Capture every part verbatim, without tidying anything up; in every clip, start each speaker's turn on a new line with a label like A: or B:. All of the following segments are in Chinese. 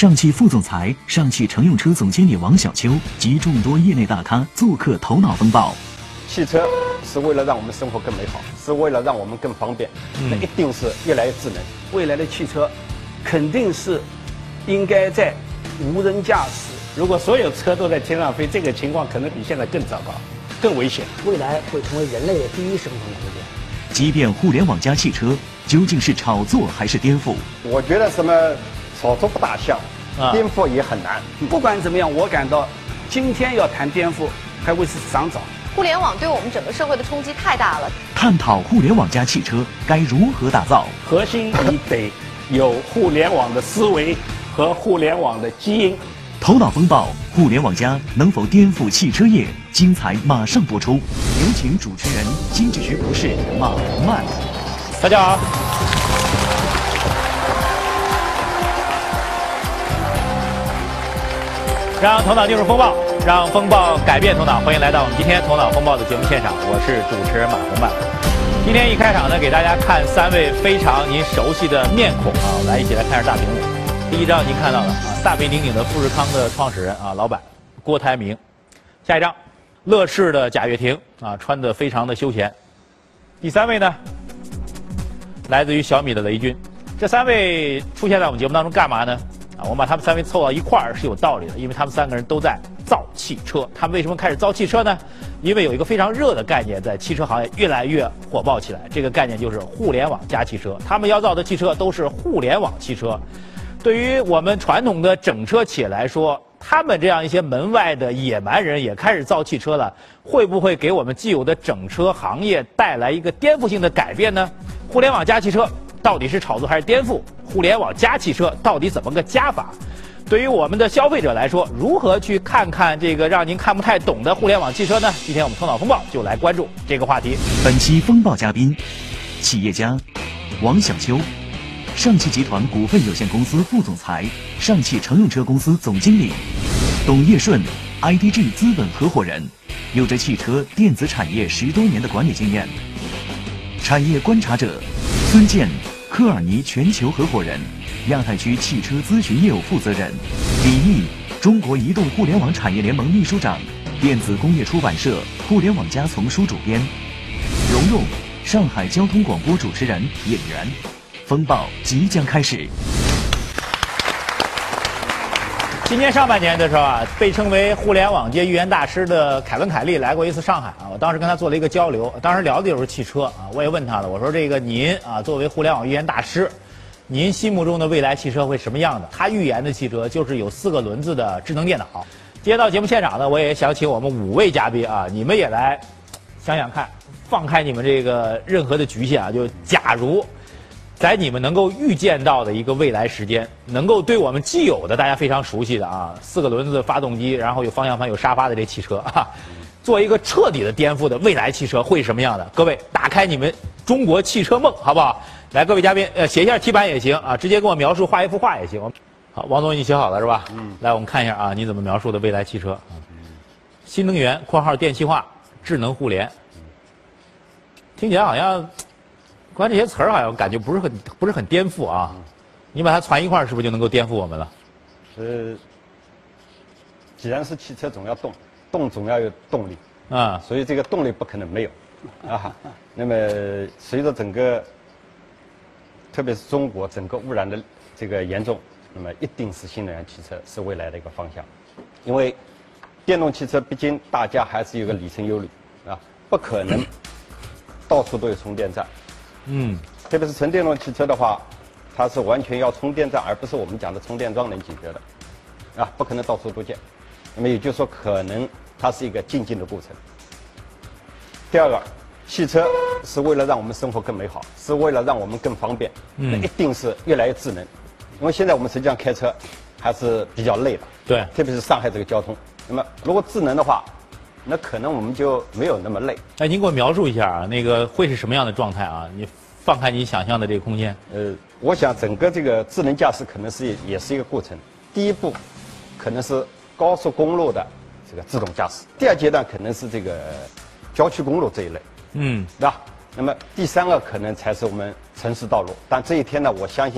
A: 上汽副总裁、上汽乘用车总经理王小秋及众多业内大咖做客头脑风暴。
B: 汽车是为了让我们生活更美好，是为了让我们更方便，那一定是越来越智能。
C: 未来的汽车肯定是应该在无人驾驶。
D: 如果所有车都在天上飞，这个情况可能比现在更糟糕，更危险。
E: 未来会成为人类的第一生存空间。
A: 即便互联网加汽车究竟是炒作还是颠覆？
B: 我觉得什么炒作不大像，啊、颠覆也很难。
C: 不管怎么样，我感到今天要谈颠覆还为时尚早。
F: 互联网对我们整个社会的冲击太大了。
A: 探讨互联网加汽车该如何打造？
D: 核心你得有互联网的思维和互联网的基因。
A: 头脑风暴，互联网加能否颠覆汽车业？精彩马上播出。有请主持人经济学博士马洪曼。
G: 大家好。让头脑进入风暴，让风暴改变头脑。欢迎来到我们今天头脑风暴的节目现场，我是主持人马洪曼。今天一开场呢，给大家看三位非常您熟悉的面孔啊，来一起来看着大屏幕。第一张您看到了啊，大名鼎鼎的富士康的创始人啊，老板郭台铭。下一张，乐视的贾跃亭啊，穿得非常的休闲。第三位呢，来自于小米的雷军。这三位出现在我们节目当中干嘛呢？啊，我们把他们三位凑到一块儿是有道理的，因为他们三个人都在造汽车。他们为什么开始造汽车呢？因为有一个非常热的概念在汽车行业越来越火爆起来，这个概念就是互联网加汽车。他们要造的汽车都是互联网汽车。对于我们传统的整车企业来说，他们这样一些门外的野蛮人也开始造汽车了，会不会给我们既有的整车行业带来一个颠覆性的改变呢？互联网加汽车到底是炒作还是颠覆？互联网加汽车到底怎么个加法？对于我们的消费者来说，如何去看看这个让您看不太懂的互联网汽车呢？今天我们头脑风暴就来关注这个话题。
A: 本期风暴嘉宾，企业家王小秋，上汽集团股份有限公司副总裁，上汽乘用车公司总经理，董业顺 I D G 资本合伙人，有着汽车电子产业十多年的管理经验。产业观察者孙健，科尔尼全球合伙人，亚太区汽车咨询业务负责人，李毅，中国移动互联网产业联盟秘书长，电子工业出版社互联网加丛书主编，蓉蓉，上海交通广播主持人、演员。风暴即将开始。
G: 今年上半年的时候啊，被称为互联网界预言大师的凯文·凯利来过一次上海啊，我当时跟他做了一个交流，当时聊的就是汽车啊，我也问他了，我说这个您啊，作为互联网预言大师，您心目中的未来汽车会什么样的？他预言的汽车就是有四个轮子的智能电脑。今天到节目现场呢，我也想请我们五位嘉宾啊，你们也来想想看，放开你们这个任何的局限啊，就假如在你们能够预见到的一个未来时间，能够对我们既有的大家非常熟悉的啊，四个轮子的发动机，然后有方向盘有沙发的这汽车啊，做一个彻底的颠覆的未来汽车会是什么样的？各位打开你们中国汽车梦好不好？来，各位嘉宾，呃，写一下题板也行啊，直接给我描述，画一幅画也行。好，王总你写好了是吧？嗯。来，我们看一下啊，你怎么描述的未来汽车？新能源（括号电气化、智能互联），听起来好像。关于这些词儿好像感觉不是很不是很颠覆啊，你把它攒一块儿，是不是就能够颠覆我们了？
B: 是，既然是汽车，总要动，动总要有动力
G: 啊，
B: 所以这个动力不可能没有啊。那么随着整个，特别是中国整个污染的这个严重，那么一定是新能源汽车是未来的一个方向，因为电动汽车毕竟大家还是有个里程忧虑啊，不可能到处都有充电站。
G: 嗯，
B: 特别是纯电动汽车的话，它是完全要充电站，而不是我们讲的充电桩能解决的，啊，不可能到处都建。那么也就是说，可能它是一个进进的过程。第二个，汽车是为了让我们生活更美好，是为了让我们更方便，
G: 嗯，
B: 那一定是越来越智能。因为现在我们实际上开车还是比较累的，
G: 对，
B: 特别是上海这个交通。那么如果智能的话，那可能我们就没有那么累。
G: 哎，您给我描述一下啊，那个会是什么样的状态啊？你放开你想象的这个空间。
B: 呃，我想整个这个智能驾驶可能是也是一个过程。第一步，可能是高速公路的这个自动驾驶；第二阶段可能是这个郊区公路这一类，
G: 嗯，
B: 对吧？那么第三个可能才是我们城市道路。但这一天呢，我相信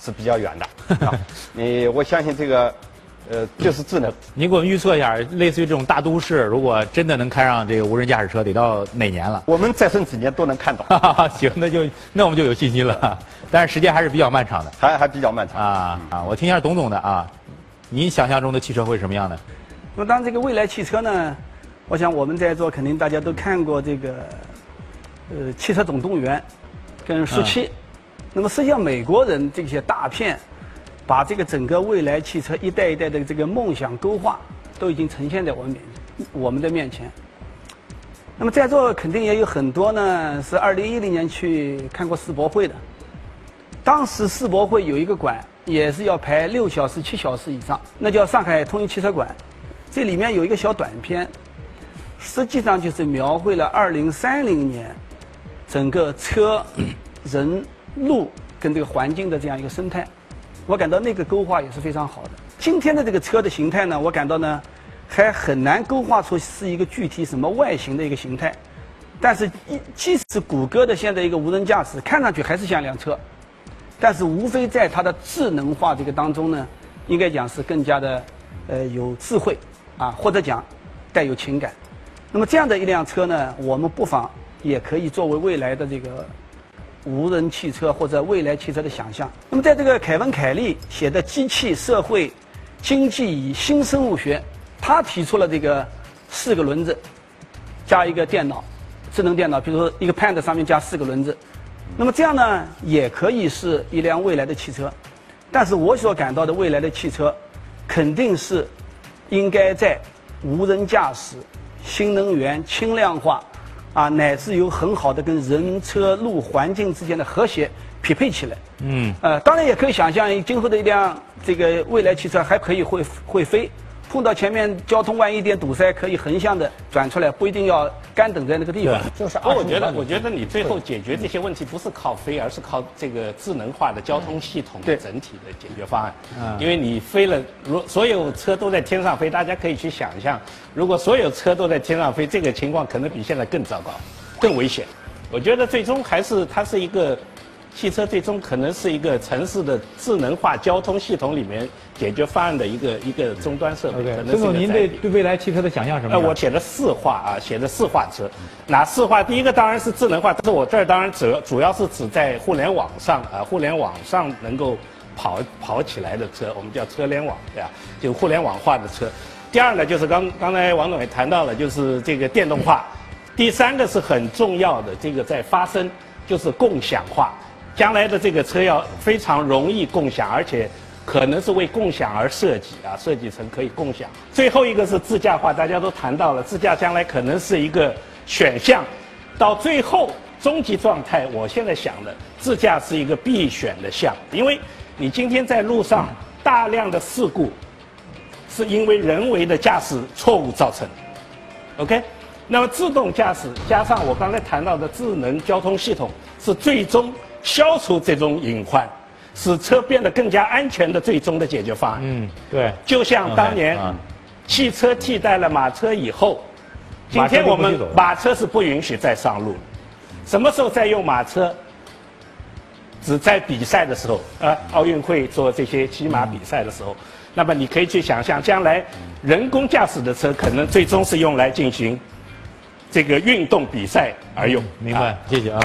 B: 是比较远的。啊，你我相信这个，呃，就是智能。
G: 您给我们预测一下，类似于这种大都市，如果真的能开上这个无人驾驶车，得到哪年了？
B: 我们再剩几年都能看到。
G: 行，那就那我们就有信心了。但是时间还是比较漫长的，
B: 还还比较漫长
G: 啊啊！我听一下董总的啊，您想象中的汽车会什么样的？
C: 那么，当然这个未来汽车呢，我想我们在座肯定大家都看过这个，呃，《汽车总动员》跟《速七》嗯。那么实际上，美国人这些大片，把这个整个未来汽车一代一代的这个梦想勾画，都已经呈现在我们面我们的面前。那么在座肯定也有很多呢，是二零一零年去看过世博会的。当时世博会有一个馆，也是要排六小时、七小时以上，那叫上海通用汽车馆。这里面有一个小短片，实际上就是描绘了二零三零年整个车、人、路跟这个环境的这样一个生态。我感到那个勾画也是非常好的。今天的这个车的形态呢，我感到呢还很难勾画出是一个具体什么外形的一个形态。但是，即使谷歌的现在一个无人驾驶，看上去还是像辆车，但是无非在它的智能化这个当中呢，应该讲是更加的呃有智慧。啊，或者讲带有情感，那么这样的一辆车呢，我们不妨也可以作为未来的这个无人汽车或者未来汽车的想象。那么在这个凯文·凯利写的《机器、社会、经济与新生物学》，他提出了这个四个轮子加一个电脑，智能电脑，比如说一个 Pad 上面加四个轮子，那么这样呢，也可以是一辆未来的汽车。但是我所感到的未来的汽车，肯定是应该在无人驾驶、新能源、轻量化，啊，乃至有很好的跟人、车、路、环境之间的和谐匹配起来。嗯。呃，当然也可以想象，今后的一辆这个未来汽车还可以会会飞，碰到前面交通万一点堵塞，可以横向的转出来，不一定要干等在那个地方。
E: 就是
D: 不过我觉得，我觉得你最后解决这些问题不是靠飞，而是靠这个智能化的交通系统的整体的解决方案。嗯。因为你飞了，如所有车都在天上飞，大家可以去想象，如果所有车都在天上飞，这个情况可能比现在更糟糕，更危险。我觉得最终还是它是一个。汽车最终可能是一个城市的智能化交通系统里面解决方案的一个一个终端设备。可能是。
G: 孙总，您对对未来汽车的想象什么？
D: 呃，我写的四化啊，写的四化车。哪四化？第一个当然是智能化，但是我这儿当然主主要是指在互联网上啊，互联网上能够跑跑起来的车，我们叫车联网，对吧？就互联网化的车。第二呢，就是刚刚才王总也谈到了，就是这个电动化。第三个是很重要的，这个在发生就是共享化。将来的这个车要非常容易共享，而且可能是为共享而设计啊，设计成可以共享。最后一个是自驾化，大家都谈到了，自驾将来可能是一个选项。到最后终极状态，我现在想的，自驾是一个必选的项，因为你今天在路上大量的事故，是因为人为的驾驶错误造成的。OK， 那么自动驾驶加上我刚才谈到的智能交通系统，是最终消除这种隐患，使车变得更加安全的最终的解决方案。
G: 嗯，对。
D: 就像当年汽车替代了马车以后，今天我们马车是不允许再上路。什么时候再用马车？只在比赛的时候，呃，奥运会做这些骑马比赛的时候，那么你可以去想象，将来人工驾驶的车可能最终是用来进行这个运动比赛而用。
G: 明白，谢谢啊。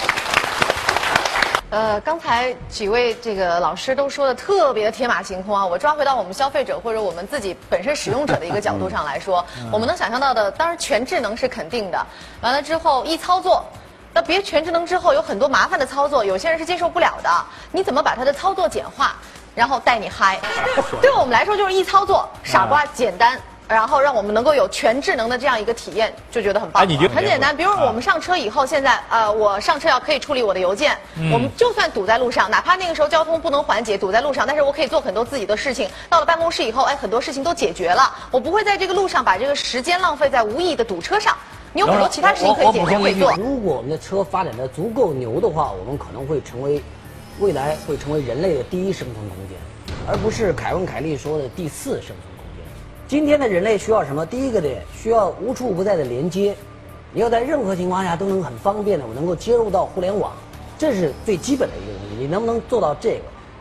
F: 呃，刚才几位这个老师都说的特别天马行空啊，我抓回到我们消费者或者我们自己本身使用者的一个角度上来说，我们能想象到的，当然全智能是肯定的，完了之后易操作。那别全智能之后有很多麻烦的操作，有些人是接受不了的。你怎么把它的操作简化，然后带你嗨？对我们来说就是易操作、傻瓜、简单。然后让我们能够有全智能的这样一个体验，就觉得很棒。
G: 哎，你觉得
F: 很简单？比如我们上车以后，现在呃，我上车要可以处理我的邮件。嗯、我们就算堵在路上，哪怕那个时候交通不能缓解，堵在路上，但是我可以做很多自己的事情。到了办公室以后，哎，很多事情都解决了，我不会在这个路上把这个时间浪费在无意义的堵车上。你有很多其他事情可以解决可以做。
E: 如果我们的车发展的足够牛的话，我们可能会成为未来会成为人类的第一生存空间，而不是凯文·凯利说的第四生存空间。今天的人类需要什么？第一个点需要无处不在的连接，你要在任何情况下都能很方便的，我能够接入到互联网，这是最基本的一个东西。你能不能做到这个？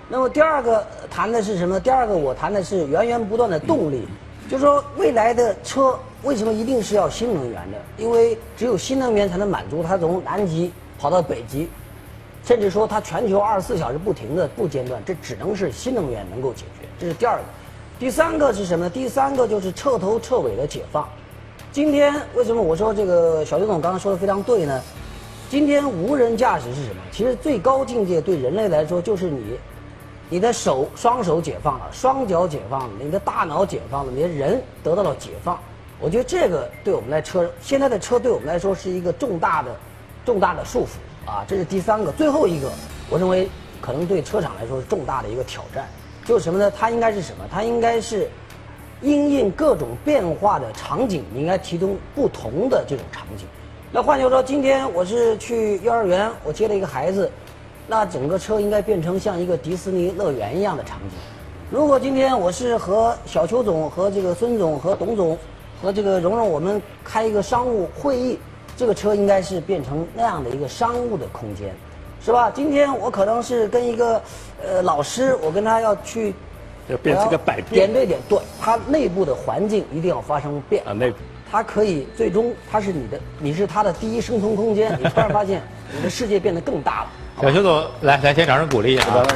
E: 那么第二个谈的是什么？第二个我谈的是源源不断的动力，就是说未来的车为什么一定是要新能源的？因为只有新能源才能满足它从南极跑到北极，甚至说它全球二十四小时不停的不间断，这只能是新能源能够解决。这是第二个。第三个是什么呢？第三个就是彻头彻尾的解放。今天为什么我说这个小刘总刚刚说的非常对呢？今天无人驾驶是什么？其实最高境界对人类来说就是你，你的手双手解放了，双脚解放了，你的大脑解放了，你的人得到了解放。我觉得这个对我们来车，现在的车对我们来说是一个重大的、重大的束缚啊。这是第三个，最后一个，我认为可能对车厂来说是重大的一个挑战，就是什么呢？它应该是什么？它应该是因应各种变化的场景，你应该提供不同的这种场景。那换句话说，今天我是去幼儿园，我接了一个孩子，那整个车应该变成像一个迪士尼乐园一样的场景。如果今天我是和小邱总、和这个孙总、和董总、和这个蓉蓉，我们开一个商务会议，这个车应该是变成那样的一个商务的空间，是吧？今天我可能是跟一个呃老师，我跟他要去。
D: 要变成个百变，
E: 点对点，对，它内部的环境一定要发生变
D: 啊，内部，
E: 它可以最终它是你的，你是它的第一生存空间，你突然发现你的世界变得更大了。
G: 小邱总，来，咱先掌声鼓励一下啊！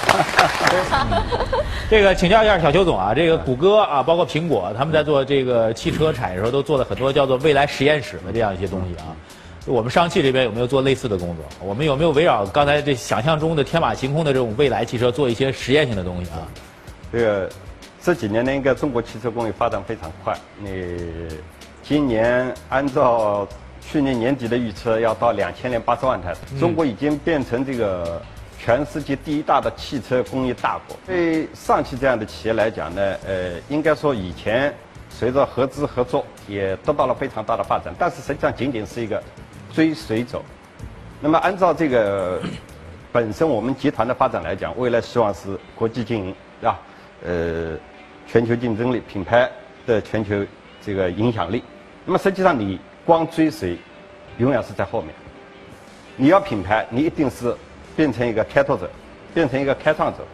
G: 这个请教一下小邱总啊，这个谷歌啊，包括苹果，他们在做这个汽车产业的时候，都做了很多叫做未来实验室的这样一些东西啊。我们上汽这边有没有做类似的工作？我们有没有围绕刚才这想象中的天马行空的这种未来汽车做一些实验性的东西啊？
B: 这个这几年呢，应该中国汽车工业发展非常快。你今年按照去年年底的预测，要到两千零八十万台，
G: 嗯、
B: 中国已经变成这个全世界第一大的汽车工业大国。对上汽这样的企业来讲呢，呃，应该说以前随着合资合作也得到了非常大的发展，但是实际上仅仅是一个追随者。那么按照这个本身我们集团的发展来讲，未来希望是国际经营，对吧？呃，全球竞争力、品牌的全球这个影响力。那么实际上你光追随，永远是在后面。你要品牌，你一定是变成一个开拓者，变成一个开创者。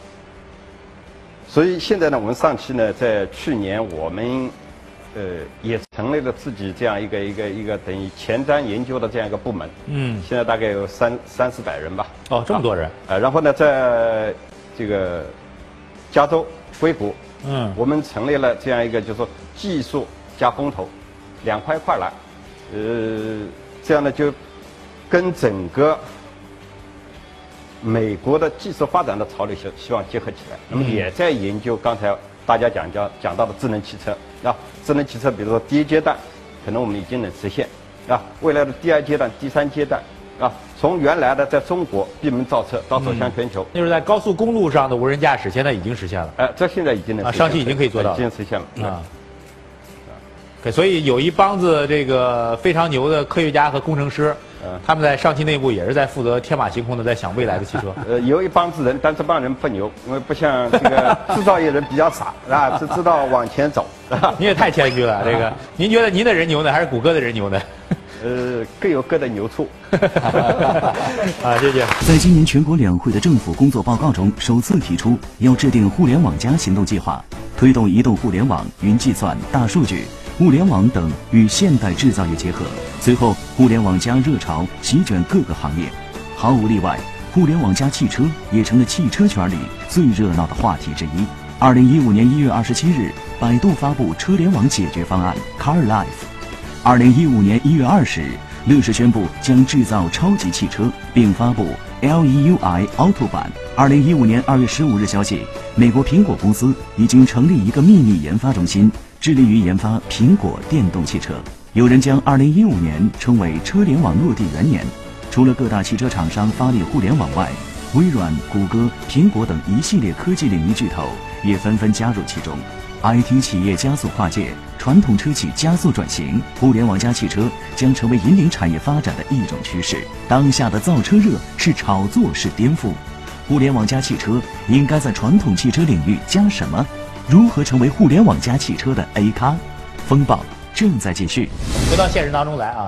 B: 所以现在呢，我们上汽呢，在去年我们呃也成立了自己这样一个一个一个等于前瞻研究的这样一个部门。嗯。现在大概有三三四百人吧。
G: 哦，这么多人。
B: 啊、呃，然后呢，在这个加州硅谷，嗯，我们成立了这样一个，就是说技术加风投，两块一块来，呃，这样呢就跟整个美国的技术发展的潮流希希望结合起来。那么也在研究刚才大家讲讲讲到的智能汽车啊，智能汽车，比如说第一阶段，可能我们已经能实现啊，未来的第二阶段、第三阶段。啊，从原来的在中国闭门造车到走向全球，
G: 就是在高速公路上的无人驾驶，现在已经实现了。
B: 哎，这现在已经能
G: 啊，上汽已经可以做到了，
B: 已经实现了啊。
G: 对，所以有一帮子这个非常牛的科学家和工程师，他们在上汽内部也是在负责天马行空的在想未来的汽车。
B: 呃，有一帮子人，但这帮人不牛，因为不像这个制造业人比较傻，啊，只知道往前走。
G: 你也太谦虚了，这个，您觉得您的人牛呢，还是谷歌的人牛呢？
B: 呃，各有各的牛处。
G: 啊，谢谢。
A: 在今年全国两会的政府工作报告中，首次提出要制定“互联网加”行动计划，推动移动互联网、云计算、大数据、物联网等与现代制造业结合。随后，互联网加热潮席卷各个行业，毫无例外，互联网加汽车也成了汽车圈里最热闹的话题之一。二零一五年一月二十七日，百度发布车联网解决方案 Car Life。二零一五年一月二十日，乐视宣布将制造超级汽车，并发布 L E U I Auto 版。二零一五年二月十五日消息，美国苹果公司已经成立一个秘密研发中心，致力于研发苹果电动汽车。有人将二零一五年称为车联网落地元年。除了各大汽车厂商发力互联网外，微软、谷歌、苹果等一系列科技领域巨头也纷纷加入其中。I T 企业加速跨界，传统车企加速转型，互联网加汽车将成为引领产业发展的一种趋势。当下的造车热是炒作是颠覆？互联网加汽车应该在传统汽车领域加什么？如何成为互联网加汽车的 A 咖？风暴正在继续。
G: 回到现实当中来啊，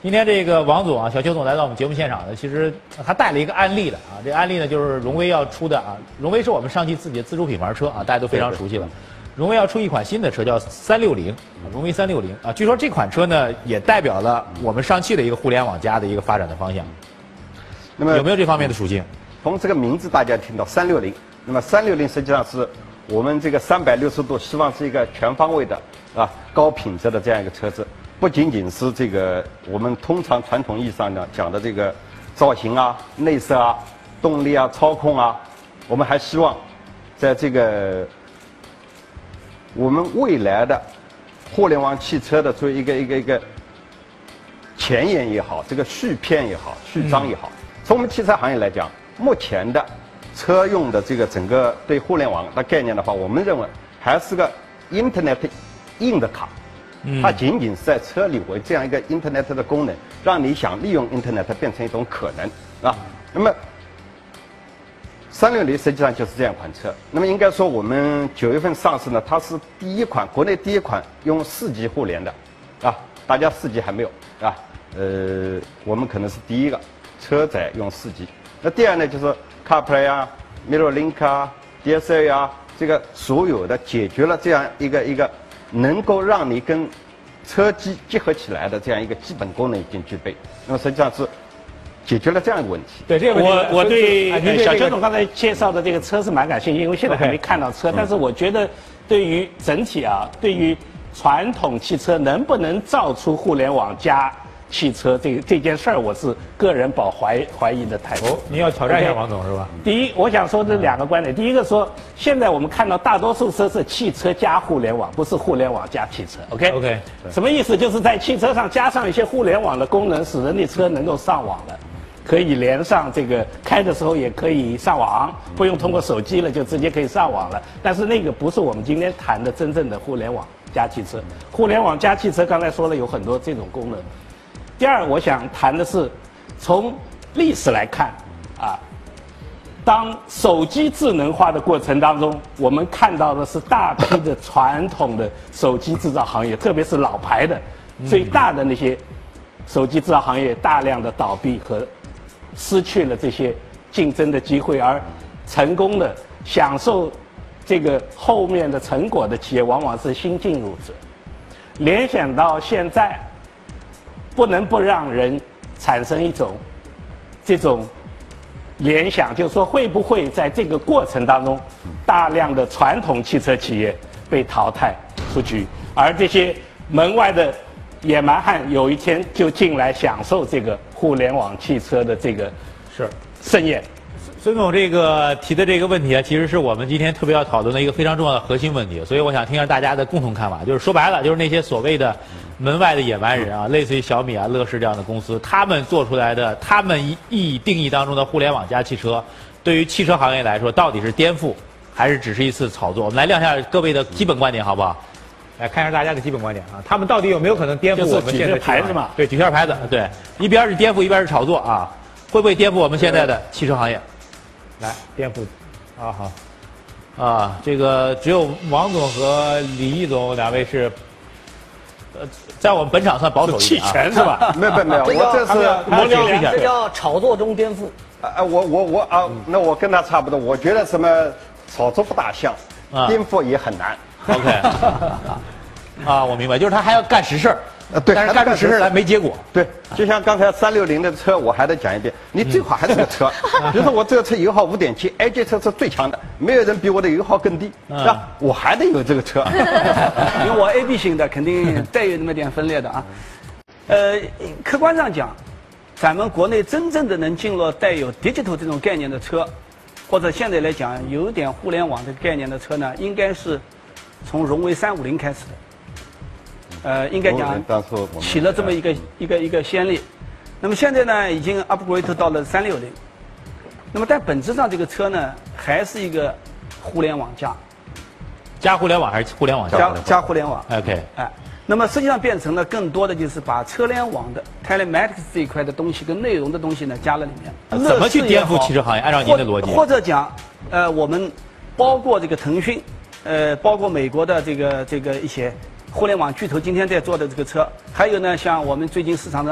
G: 今天这个王总啊，小邱总来到我们节目现场呢，其实他带了一个案例的啊，这个案例呢就是荣威要出的啊，荣威是我们上汽自己的自主品牌车啊，大家都非常熟悉了。荣威要出一款新的车叫三六零，荣威三六零啊，据说这款车呢也代表了我们上汽的一个互联网加的一个发展的方向。那么有没有这方面的属性？
B: 从这个名字大家听到三六零，那么三六零实际上是我们这个三百六十度希望是一个全方位的啊高品质的这样一个车子。不仅仅是这个我们通常传统意义上呢讲的这个造型啊、内饰啊、动力啊、操控啊，我们还希望在这个我们未来的互联网汽车的作为一个一个一个前沿也好，这个续篇也好、序章也好，从我们汽车行业来讲，目前的车用的这个整个对互联网的概念的话，我们认为还是个 Internet 硬的卡。它仅仅是在车里为这样一个 Internet 的功能，让你想利用 Internet 变成一种可能啊。那么三六零实际上就是这样一款车。那么应该说我们九月份上市呢，它是第一款国内第一款用四 G 互联的啊，大家四 G 还没有啊。呃，我们可能是第一个车载用四 G。那第二呢，就是 CarPlay 啊、MirrorLink 啊、D S A 啊，这个所有的解决了这样一个一个。能够让你跟车机结合起来的这样一个基本功能已经具备，那么实际上是解决了这样一个问题。
D: 对这个我我对小邱总刚才介绍的这个车是蛮感兴趣，因为现在还没看到车，但是我觉得对于整体啊，对于传统汽车能不能造出互联网加汽车这这件事儿，我是个人保怀怀疑的态度。
G: 哦，您要挑战一下王总是吧？
D: 第一，我想说这两个观点。第一个说，现在我们看到大多数车是汽车加互联网，不是互联网加汽车。OK
G: OK，
D: 什么意思？就是在汽车上加上一些互联网的功能，使得那车能够上网了，可以连上这个开的时候也可以上网，不用通过手机了，就直接可以上网了。但是那个不是我们今天谈的真正的互联网加汽车。互联网加汽车，刚才说了有很多这种功能。第二，我想谈的是，从历史来看，啊，当手机智能化的过程当中，我们看到的是大批的传统的手机制造行业，特别是老牌的、最大的那些手机制造行业，大量的倒闭和失去了这些竞争的机会，而成功的享受这个后面的成果的企业，往往是新进入者。联想到现在。不能不让人产生一种这种联想，就是说会不会在这个过程当中，大量的传统汽车企业被淘汰出局，而这些门外的野蛮汉有一天就进来享受这个互联网汽车的这个
G: 是
D: 盛宴。
G: 孙总这个提的这个问题啊，其实是我们今天特别要讨论的一个非常重要的核心问题，所以我想听听大家的共同看法。就是说白了，就是那些所谓的门外的野蛮人啊，类似于小米啊、乐视这样的公司，他们做出来的，他们意义定义当中的互联网加汽车，对于汽车行业来说，到底是颠覆，还是只是一次炒作？我们来亮一下各位的基本观点，好不好？来看一下大家的基本观点啊，他们到底有没有可能颠覆我们现在的
D: 牌子嘛？
G: 对，举下牌子，对，一边是颠覆，一边是炒作啊，会不会颠覆我们现在的汽车行业？来颠覆，啊好，啊这个只有王总和李毅总两位是，呃，在我们本场算保守一
D: 弃
G: 点啊，
D: 权是吧？
B: 没有没有没有，我这是
G: 模拟一下，
E: 这叫炒作中颠覆。
B: 啊我我我啊，那我跟他差不多，我觉得什么炒作不大像，
G: 啊
B: 颠覆也很难。
G: OK， 啊我明白，就是他还要干实事儿。
B: 呃，对，
G: 但是干出实事来没结果。
B: 对，就像刚才三六零的车，我还得讲一遍，你最好还是个车。比如说我这个车油耗五点七 ，A G 车是最强的，没有人比我的油耗更低，是吧？我还得有这个车。
C: 因为我 A B 型的，肯定带有那么点分裂的啊。呃，客观上讲，咱们国内真正的能进入带有 digital 这种概念的车，或者现在来讲有点互联网这个概念的车呢，应该是从荣威三五零开始的。呃，应该讲起了这么一个一个一个先例。那么现在呢，已经 upgrade 到了三六零。那么但本质上这个车呢，还是一个互联网加，
G: 加互联网还是互联网
C: 加加互联网
G: ？OK，
C: 哎，那么实际上变成了更多的就是把车联网的 telematics 这一块的东西跟内容的东西呢加了里面。
G: 怎么去颠覆汽车行业？按照您的逻辑，
C: 或者讲，呃，我们包括这个腾讯，呃，包括美国的这个这个一些。互联网巨头今天在做的这个车，还有呢，像我们最近市场上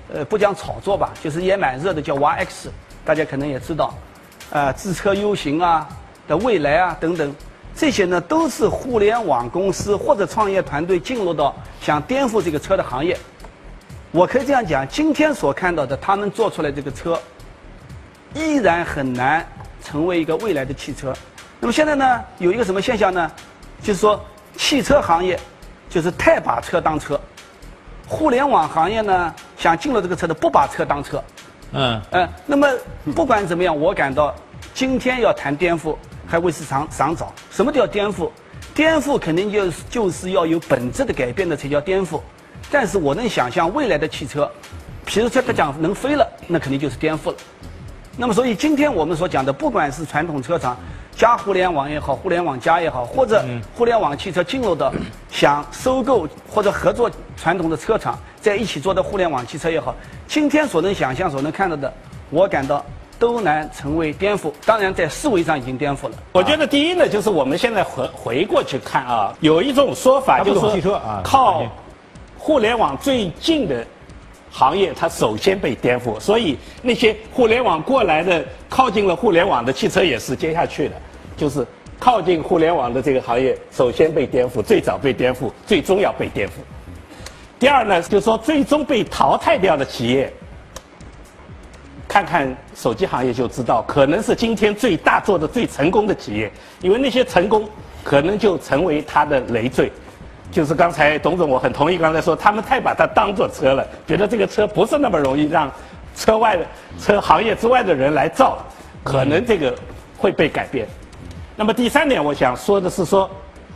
C: 呃，不讲炒作吧，就是也蛮热的，叫 Y X， 大家可能也知道，啊、呃，智车 U 型啊的未来啊等等，这些呢都是互联网公司或者创业团队进入到想颠覆这个车的行业。我可以这样讲，今天所看到的他们做出来这个车，依然很难成为一个未来的汽车。那么现在呢，有一个什么现象呢？就是说，汽车行业就是太把车当车。互联网行业呢，想进入这个车的不把车当车，
G: 嗯，
C: 呃，那么不管怎么样，我感到今天要谈颠覆还为时尚尚早。什么叫颠覆？颠覆肯定就是就是要有本质的改变的才叫颠覆。但是我能想象未来的汽车，比如说它讲能飞了，那肯定就是颠覆了。那么所以今天我们所讲的，不管是传统车厂加互联网也好，互联网加也好，或者互联网汽车进入到想收购或者合作传统的车厂，在一起做的互联网汽车也好，今天所能想象、所能看到的，我感到都难成为颠覆。当然，在思维上已经颠覆了。
D: 我觉得第一呢，就是我们现在回回过去看啊，有一种说法就是
G: 他不懂汽车啊，
D: 靠互联网最近的行业，它首先被颠覆，所以那些互联网过来的、靠近了互联网的汽车也是接下去的，就是靠近互联网的这个行业首先被颠覆，最早被颠覆，最终要被颠覆。第二呢，就是说最终被淘汰掉的企业，看看手机行业就知道，可能是今天最大做的最成功的企业，因为那些成功可能就成为它的累赘。就是刚才董总，我很同意刚才说，他们太把它当作车了，觉得这个车不是那么容易让车外的车行业之外的人来造，可能这个会被改变。那么第三点，我想说的是说，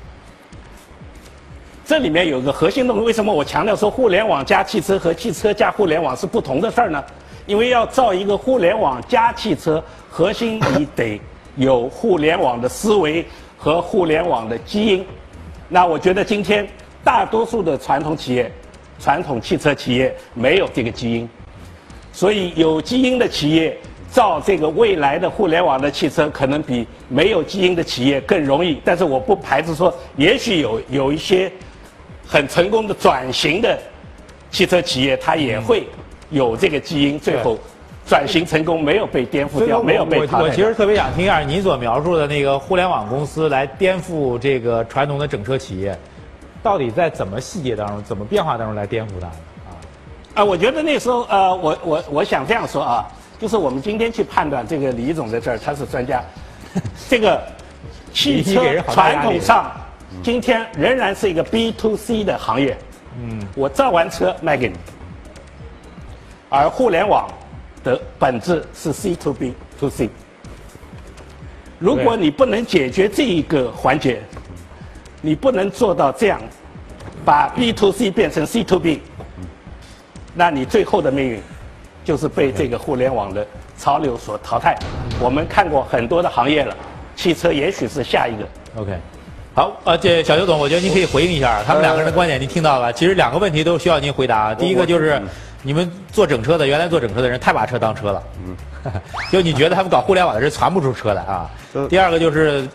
D: 这里面有个核心东西，为什么我强调说互联网加汽车和汽车加互联网是不同的事儿呢？因为要造一个互联网加汽车，核心你得有互联网的思维和互联网的基因。那我觉得今天大多数的传统企业、传统汽车企业没有这个基因，所以有基因的企业造这个未来的互联网的汽车，可能比没有基因的企业更容易。但是我不排除说，也许有有一些很成功的转型的汽车企业，它也会有这个基因，最后转型成功，没有被颠覆掉，没有被淘汰。
G: 我其实特别想听一下您所描述的那个互联网公司来颠覆这个传统的整车企业，到底在怎么细节当中、怎么变化当中来颠覆它啊？
D: 啊，我觉得那时候呃，我我我想这样说啊，就是我们今天去判断这个李总在这儿，他是专家，这个汽车传统上今天仍然是一个 B to C 的行业，嗯，我造完车卖给你，而互联网的本质是 C to B to C。如果你不能解决这一个环节，你不能做到这样，把 B to C 变成 C to B， 那你最后的命运就是被这个互联网的潮流所淘汰。我们看过很多的行业了，汽车也许是下一个。
G: OK。好，呃，这小刘总，我觉得您可以回应一下他们两个人的观点，您听到了。其实两个问题都需要您回答。第一个就是，你们做整车的，原来做整车的人太把车当车了，嗯，就你觉得他们搞互联网的人传不出车来啊？第二个就是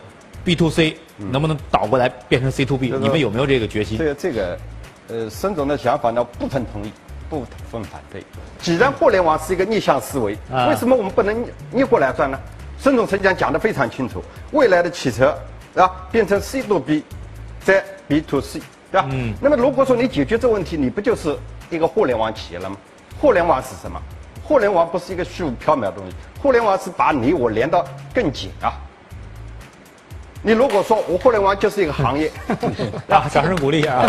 G: B to C 能不能倒过来变成 C to B？、嗯、你们有没有这个决心？
B: 这个这个，呃，孙总的想法呢，部分同意，部分反对。既然互联网是一个逆向思维，啊、为什么我们不能逆过来算呢？孙总实际上讲得非常清楚，未来的汽车。啊，变成 C to B， 再 B to C， 对吧？嗯。那么如果说你解决这个问题，你不就是一个互联网企业了吗？互联网是什么？互联网不是一个虚无缥缈的东西，互联网是把你我连到更紧啊。你如果说我互联网就是一个行业，
G: 啊，掌声鼓励一下啊。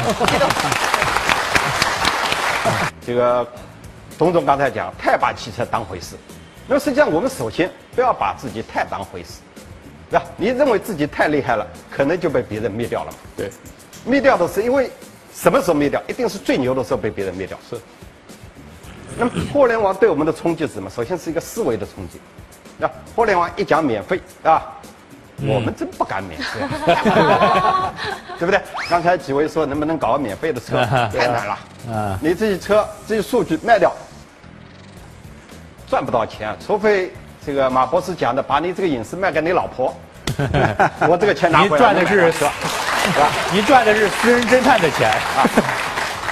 B: 这个董总刚才讲，太把汽车当回事。那么实际上我们首先不要把自己太当回事。对吧？你认为自己太厉害了，可能就被别人灭掉了嘛？
D: 对，
B: 灭掉的是因为什么时候灭掉？一定是最牛的时候被别人灭掉。
D: 是。
B: 那么互联网对我们的冲击是什么？首先是一个思维的冲击。啊，互联网一讲免费啊，嗯、我们真不敢免费，对不对？刚才几位说能不能搞个免费的车，太难了。啊，你这些车这些数据卖掉，赚不到钱，除非。这个马博士讲的，把你这个隐私卖给你老婆，我这个钱拿回来。
G: 您赚的是是吧？您赚的是私人侦探的钱啊。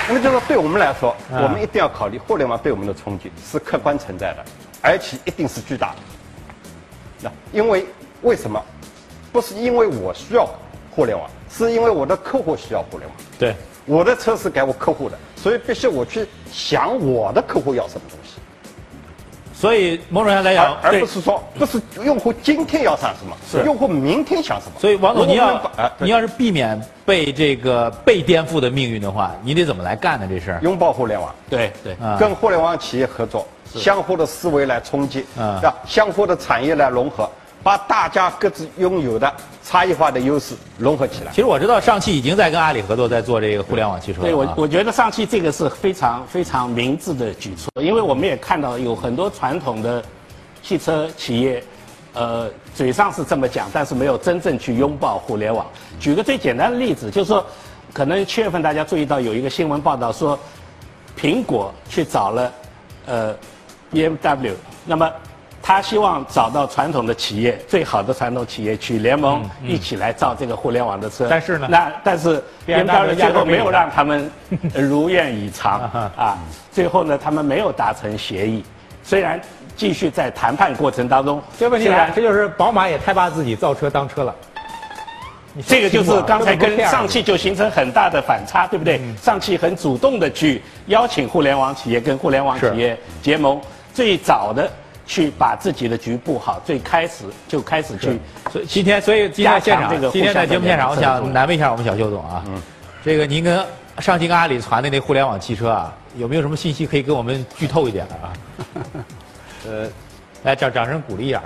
B: 那么就是对我们来说，
G: 嗯
B: 我们一定要考虑互联网对我们的冲击是客观存在的，而且一定是巨大的。那因为为什么？不是因为我需要互联网，是因为我的客户需要互联网。
G: 对，
B: 我的车是给我客户的，所以必须我去想我的客户要什么东西。
G: 所以某种上来讲，
B: 而而不是说不是用户今天要想什么，
G: 是
B: 用户明天想什么。
G: 所以王总，你要
B: 啊，
G: 你要是避免被这个被颠覆的命运的话，你得怎么来干呢？这事儿？
B: 拥抱互联网，
D: 对对，
G: 啊
B: 跟互联网企业合作，相互的思维来冲击，
G: 嗯
B: 是吧？相互的产业来融合，把大家各自拥有的差异化的优势融合起来。
G: 其实我知道上汽已经在跟阿里合作，在做这个互联网汽车了啊。
D: 对我，我觉得上汽这个是非常非常明智的举措，因为我们也看到有很多传统的汽车企业，呃，嘴上是这么讲，但是没有真正去拥抱互联网。举个最简单的例子，就是说，可能七月份大家注意到有一个新闻报道说，苹果去找了呃 B M W， 那么他希望找到传统的企业，最好的传统企业去联盟，
G: 嗯嗯
D: 一起来造这个互联网的车。
G: 但是呢
D: 那但是 B M W 最后没有让他们如愿以偿啊，最后呢，他们没有达成协议，虽然继续在谈判过程当中。
H: 这问题来，这就是宝马也太把自己造车当车了。
D: 这个就是刚才跟上汽
H: 汽
D: 就形成很大的反差，对不对？上汽很主动的去邀请互联网企业跟互联网企业结盟，最早的去把自己的局布好，最开始就开始去。
G: 所以今天，所以今天现场，今天在节目现场，我想难为一下我们小邱总啊。嗯。这个您跟上汽跟阿里传的那互联网汽车啊，有没有什么信息可以给我们剧透一点的啊？
B: 呃，
G: 来掌掌声鼓励一下。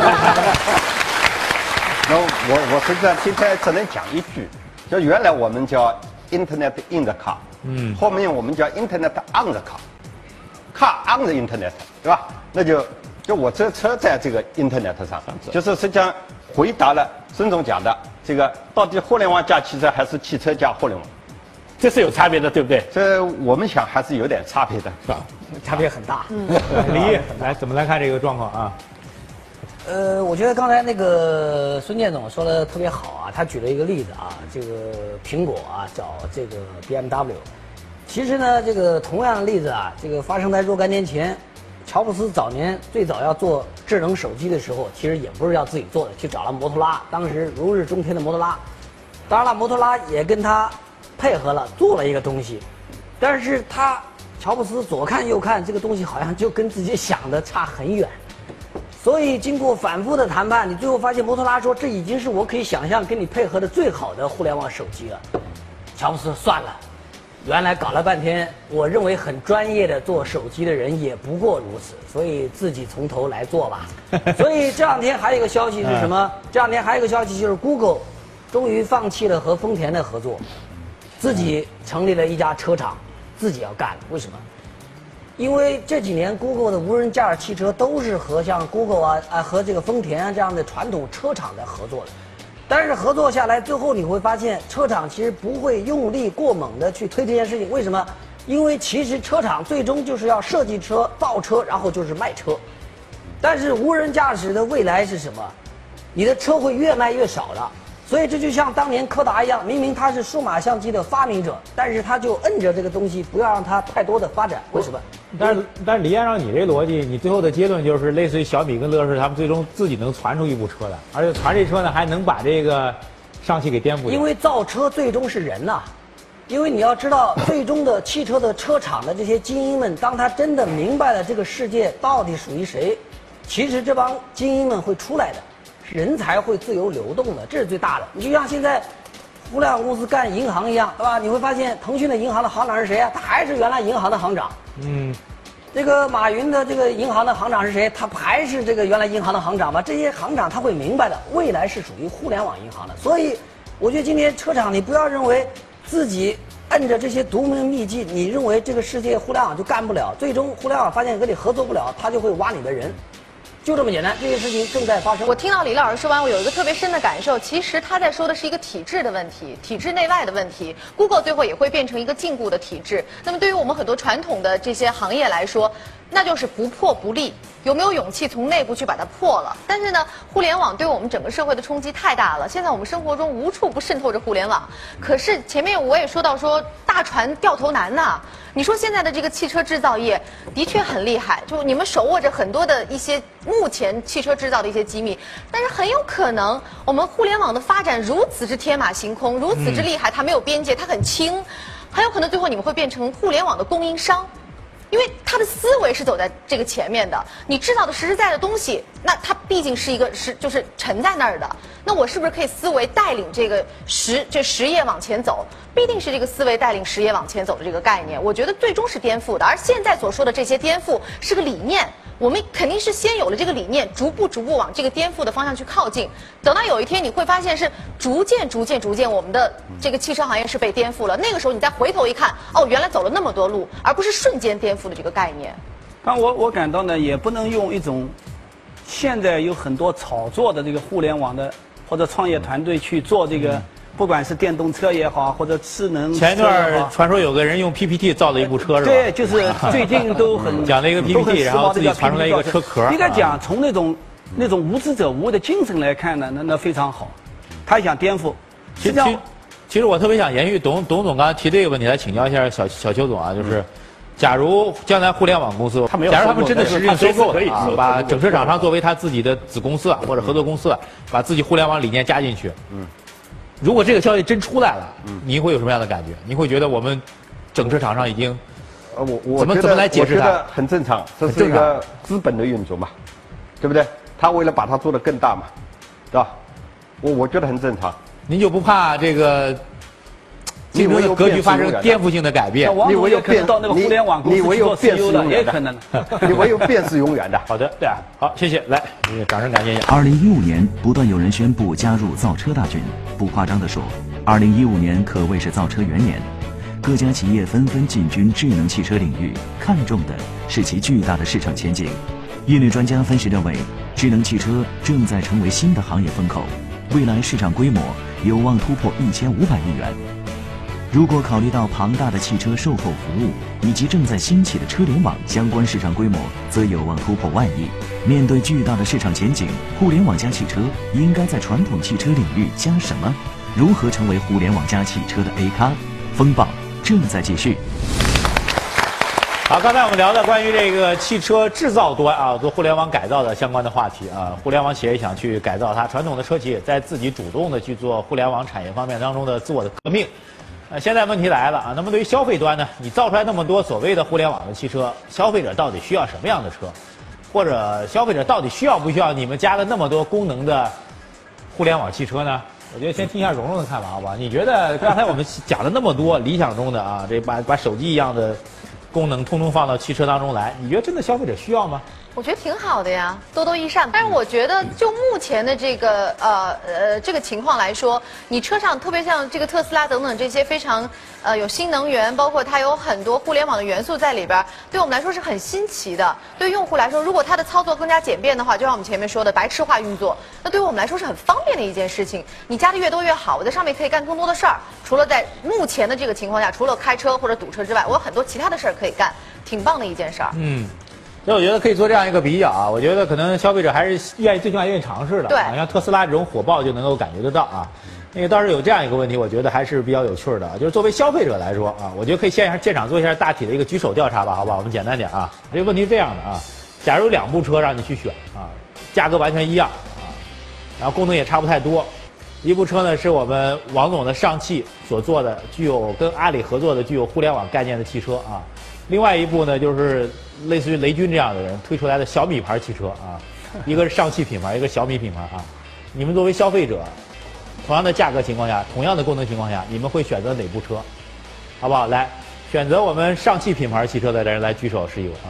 B: 那我我实际上今天只能讲一句，就原来我们叫 Internet in the car， 嗯，后面我们叫 Internet on the car，car on the Internet， 对吧？那就就我这车在这个 Internet 上，就是实际上回答了孙总讲的这个到底互联网加汽车还是汽车加互联网，
D: 这是有差别的，对不对？
B: 这我们想还是有点差别的，是吧？
E: 差别很大。嗯，
G: 李毅，来怎么来看这个状况啊？
E: 呃，我觉得刚才那个孙建总说的特别好啊，他举了一个例子啊，这个苹果啊找这个 B M W， 其实呢，这个同样的例子啊，这个发生在若干年前，乔布斯早年最早要做智能手机的时候，其实也不是要自己做的，去找了摩托拉，当时如日中天的摩托拉，当然了，摩托拉也跟他配合了，做了一个东西，但是他乔布斯左看右看，这个东西好像就跟自己想的差很远。所以经过反复的谈判，你最后发现摩托拉说这已经是我可以想象跟你配合的最好的互联网手机了。乔布斯说算了，原来搞了半天，我认为很专业的做手机的人也不过如此，所以自己从头来做吧。所以这两天还有一个消息是什么？这两天还有一个消息就是 Google 终于放弃了和丰田的合作，自己成立了一家车厂，自己要干了。为什么？因为这几年 Google 的无人驾驶汽车都是和像 Google 啊啊和这个丰田啊这样的传统车厂在合作的，但是合作下来，最后你会发现车厂其实不会用力过猛的去推这件事情。为什么？因为其实车厂最终就是要设计车、造车，然后就是卖车。但是无人驾驶的未来是什么？你的车会越卖越少了。所以这就像当年柯达一样，明明他是数码相机的发明者，但是他就摁着这个东西，不要让它太多的发展。为什么？
H: 但是但是李按照你这逻辑，你最后的结论就是类似于小米跟乐视他们最终自己能传出一部车来，而且传这车呢还能把这个上汽给颠覆掉。
E: 因为造车最终是人呐、啊，因为你要知道，最终的汽车的车厂的这些精英们，当他真的明白了这个世界到底属于谁，其实这帮精英们会出来的。人才会自由流动的，这是最大的。你就像现在互联网公司干银行一样，对吧？你会发现腾讯的银行的行长是谁啊？他还是原来银行的行长。嗯，这个马云的这个银行的行长是谁？他还是这个原来银行的行长吧？这些行长他会明白的，未来是属于互联网银行的。所以，我觉得今天车厂你不要认为自己摁着这些独门秘籍，你认为这个世界互联网就干不了，最终互联网发现跟你合作不了，他就会挖你的人。就这么简单，这件事情正在发生。
F: 我听到李老师说完，我有一个特别深的感受，其实他在说的是一个体制的问题，体制内外的问题。Google 最后也会变成一个禁锢的体制。那么对于我们很多传统的这些行业来说，那就是不破不立。有没有勇气从内部去把它破了？但是呢，互联网对我们整个社会的冲击太大了。现在我们生活中无处不渗透着互联网。可是前面我也说到说，大大船掉头难呐。你说现在的这个汽车制造业的确很厉害，就你们手握着很多的一些目前汽车制造的一些机密，但是很有可能我们互联网的发展如此之天马行空，如此之厉害，它没有边界，它很轻，很有可能最后你们会变成互联网的供应商。因为他的思维是走在这个前面的，你制造的实实在在的东西，那它毕竟是一个是就是沉在那儿的。那我是不是可以思维带领这个实这实业往前走？必定是这个思维带领实业往前走的这个概念，我觉得最终是颠覆的。而现在所说的这些颠覆是个理念，我们肯定是先有了这个理念，逐步逐步往这个颠覆的方向去靠近。等到有一天你会发现是逐渐逐渐逐渐，我们的这个汽车行业是被颠覆了。那个时候你再回头一看，哦，原来走了那么多路，而不是瞬间颠覆的这个概念。
C: 但我我感到呢，也不能用一种现在有很多炒作的这个互联网的或者创业团队去做这个。嗯不管是电动车也好，或者智能
G: 前一段传说有个人用 P P T 造了一部车，是吧？
C: 对，就是最近都很
G: 讲了一个 P P T， 然后自己传出来一个车壳。
C: 应该讲从那种那种无知者无畏的精神来看呢，那那非常好。他想颠覆，
G: 其实其实我特别想延续董董总刚才提这个问题，来请教一下小小邱总啊，就是。假如将来互联网公司，
D: 他没有，
G: 假如他们真的实行收购的啊，把整车厂商作为他自己的子公司啊或者合作公司，把自己互联网理念加进去，嗯，如果这个消息真出来了，嗯，您会有什么样的感觉？您会觉得我们整车厂商已经，
B: 呃，我我
G: 怎么怎么来解释它？
B: 我觉得很正常，这是一个资本的运作嘛，对不对？他为了把它做得更大嘛，对吧？我我觉得很正常。
G: 您就不怕这个？竞争的格局发生颠覆性的改变，
C: 你唯有变到那个互联网公司去做 C E O 的，也可能。
B: 你唯有变是永远的。
G: 好的，对啊，好，谢谢，来，掌声感谢一下。
A: 二零一五年，不断有人宣布加入造车大军。不夸张地说，二零一五年可谓是造车元年，各家企业纷纷进军智能汽车领域，看重的是其巨大的市场前景。业内专家分析认为，智能汽车正在成为新的行业风口，未来市场规模有望突破一千五百亿元。如果考虑到庞大的汽车售后服务以及正在兴起的车联网相关市场规模，则有望突破万亿。面对巨大的市场前景，互联网加汽车应该在传统汽车领域加什么？如何成为互联网加汽车的 A 咖？风暴正在继续。
G: 好，刚才我们聊的关于这个汽车制造端啊，做互联网改造的相关的话题啊，互联网企业想去改造它，传统的车企也在自己主动的去做互联网产业方面当中的自我的革命。呃，现在问题来了啊，那么对于消费端呢，你造出来那么多所谓的互联网的汽车，消费者到底需要什么样的车？或者消费者到底需要不需要你们加了那么多功能的互联网汽车呢？我觉得先听一下蓉蓉的看法，好吧？你觉得刚才我们讲了那么多理想中的啊，这把把手机一样的功能通通放到汽车当中来，你觉得真的消费者需要吗？
F: 我觉得挺好的呀，多多益善。但是我觉得，就目前的这个呃呃这个情况来说，你车上特别像这个特斯拉等等这些非常呃有新能源，包括它有很多互联网的元素在里边，对我们来说是很新奇的。对用户来说，如果它的操作更加简便的话，就像我们前面说的白痴化运作，那对于我们来说是很方便的一件事情。你加的越多越好，我在上面可以干更多的事儿。除了在目前的这个情况下，除了开车或者堵车之外，我有很多其他的事儿可以干，挺棒的一件事儿。
G: 嗯。所以我觉得可以做这样一个比较啊，我觉得可能消费者还是愿意最起码愿意尝试的。
F: 对，
G: 像特斯拉这种火爆就能够感觉得到啊。那个倒是有这样一个问题，我觉得还是比较有趣的，就是作为消费者来说啊，我觉得可以现现场做一下大体的一个举手调查吧，好吧？我们简单点啊。这个问题是这样的啊，假如两部车让你去选啊，价格完全一样啊，然后功能也差不太多。一部车呢是我们王总的上汽所做的，具有跟阿里合作的具有互联网概念的汽车啊。另外一部呢，就是类似于雷军这样的人推出来的小米牌汽车啊，一个是上汽品牌，一个小米品牌啊。你们作为消费者，同样的价格情况下，同样的功能情况下，你们会选择哪部车？好不好？来，选择我们上汽品牌汽车的人来举手示意我啊。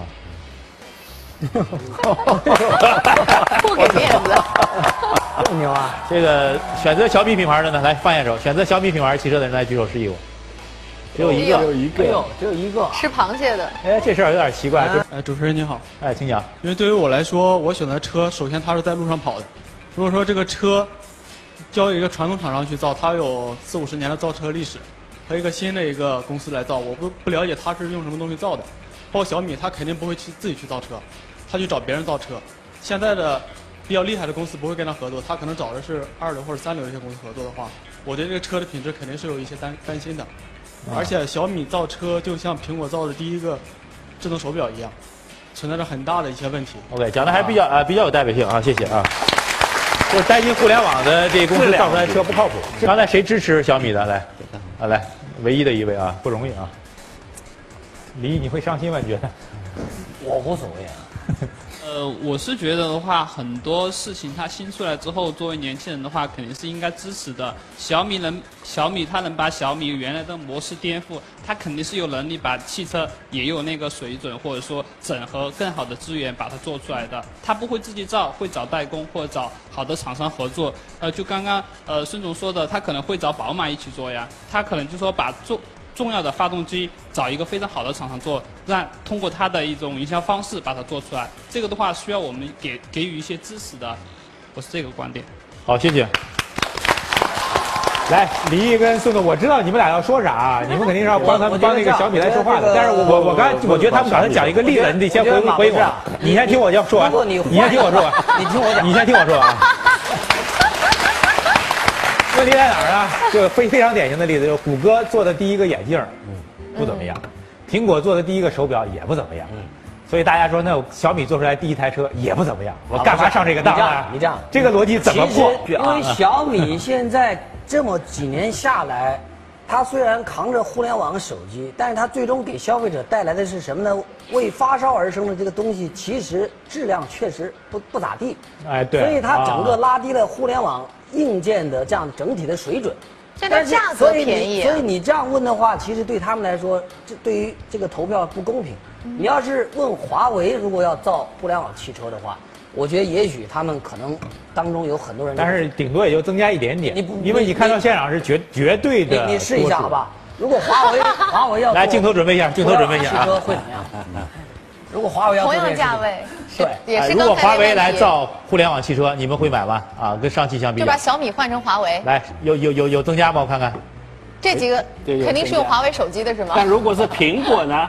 F: 不给面子，
E: 这么牛啊！
G: 这个选择小米品牌的呢，来放下手。选择小米品牌汽车的人来举手示意我。只有一个，
E: 只有一个，只有一个
F: 吃螃蟹的。
G: 哎，这事儿有点奇怪。
I: 哎，主持人你好。
G: 哎，请讲。
I: 因为对于我来说，我选择车，首先它是在路上跑的。如果说这个车交给一个传统厂商去造，它有四五十年的造车历史，和一个新的一个公司来造，我不不了解它是用什么东西造的。包括小米，它肯定不会去自己去造车，它去找别人造车。现在的比较厉害的公司不会跟他合作，他可能找的是二流或者三流一些公司合作的话，我对这个车的品质肯定是有一些担担心的。 而且小米造车就像苹果造的第一个智能手表一样，存在着很大的一些问题。
G: OK， 讲的还比较啊、呃、比较有代表性啊，谢谢啊。就是担心互联网的这公司造出来车不靠谱。刚才谁支持小米的？来，啊来，唯一的一位啊，不容易啊。李，你会伤心吗？你觉得？
E: 我无所谓啊。
J: 呃，我是觉得的话，很多事情它新出来之后，作为年轻人的话，肯定是应该支持的。小米能，小米它能把小米原来的模式颠覆，它肯定是有能力把汽车也有那个水准，或者说整合更好的资源把它做出来的。它不会自己造，会找代工或者找好的厂商合作。呃，就刚刚呃孙总说的，他可能会找宝马一起做呀，他可能就说把做。重要的发动机找一个非常好的厂商做，让通过它的一种营销方式把它做出来。这个的话需要我们给给予一些支持的，我是这个观点。
G: 好，谢谢。
H: 来，李毅跟孙总，我知道你们俩要说啥，你们肯定是要帮他们帮那个小米来说话的。但是我我我刚我觉得他们刚才讲一个例子，你得先回回应我。你先听我要说完，你先听我说完，
E: 你听我讲，
H: 你先听我说完。问题在哪儿啊？就非非常典型的例子，就是谷歌做的第一个眼镜，嗯，不怎么样；苹果做的第一个手表也不怎么样。嗯，所以大家说，那小米做出来第一台车也不怎么样，我干嘛上这个当啊？
E: 你这样，
H: 这个逻辑怎么破？
E: 因为小米现在这么几年下来，它虽然扛着互联网手机，但是它最终给消费者带来的是什么呢？为发烧而生的这个东西，其实质量确实不不咋地。
H: 哎，对。
E: 所以它整个拉低了互联网硬件的这样整体的水准。
F: 但是价格便宜、啊，
E: 所以你这样问的话，其实对他们来说，这对于这个投票不公平。嗯、你要是问华为，如果要造互联网汽车的话，我觉得也许他们可能当中有很多人，
H: 但是顶多也就增加一点点。你因为你看到现场是绝绝对的。
E: 你你试一下好吧？如果华为华为要
H: 来镜头准备一下，镜头准备一下
E: 汽车会怎么样？如果华为要
F: 同样价位，
E: 对，
F: 也是、
G: 哎。如果华为来造互联网汽车，你们会买吗？啊，跟上汽相比，
F: 就把小米换成华为。
G: 来，有有有有增加吗？我看看。
F: 这几个肯定是用华为手机的是吗？
D: 但如果是苹果呢？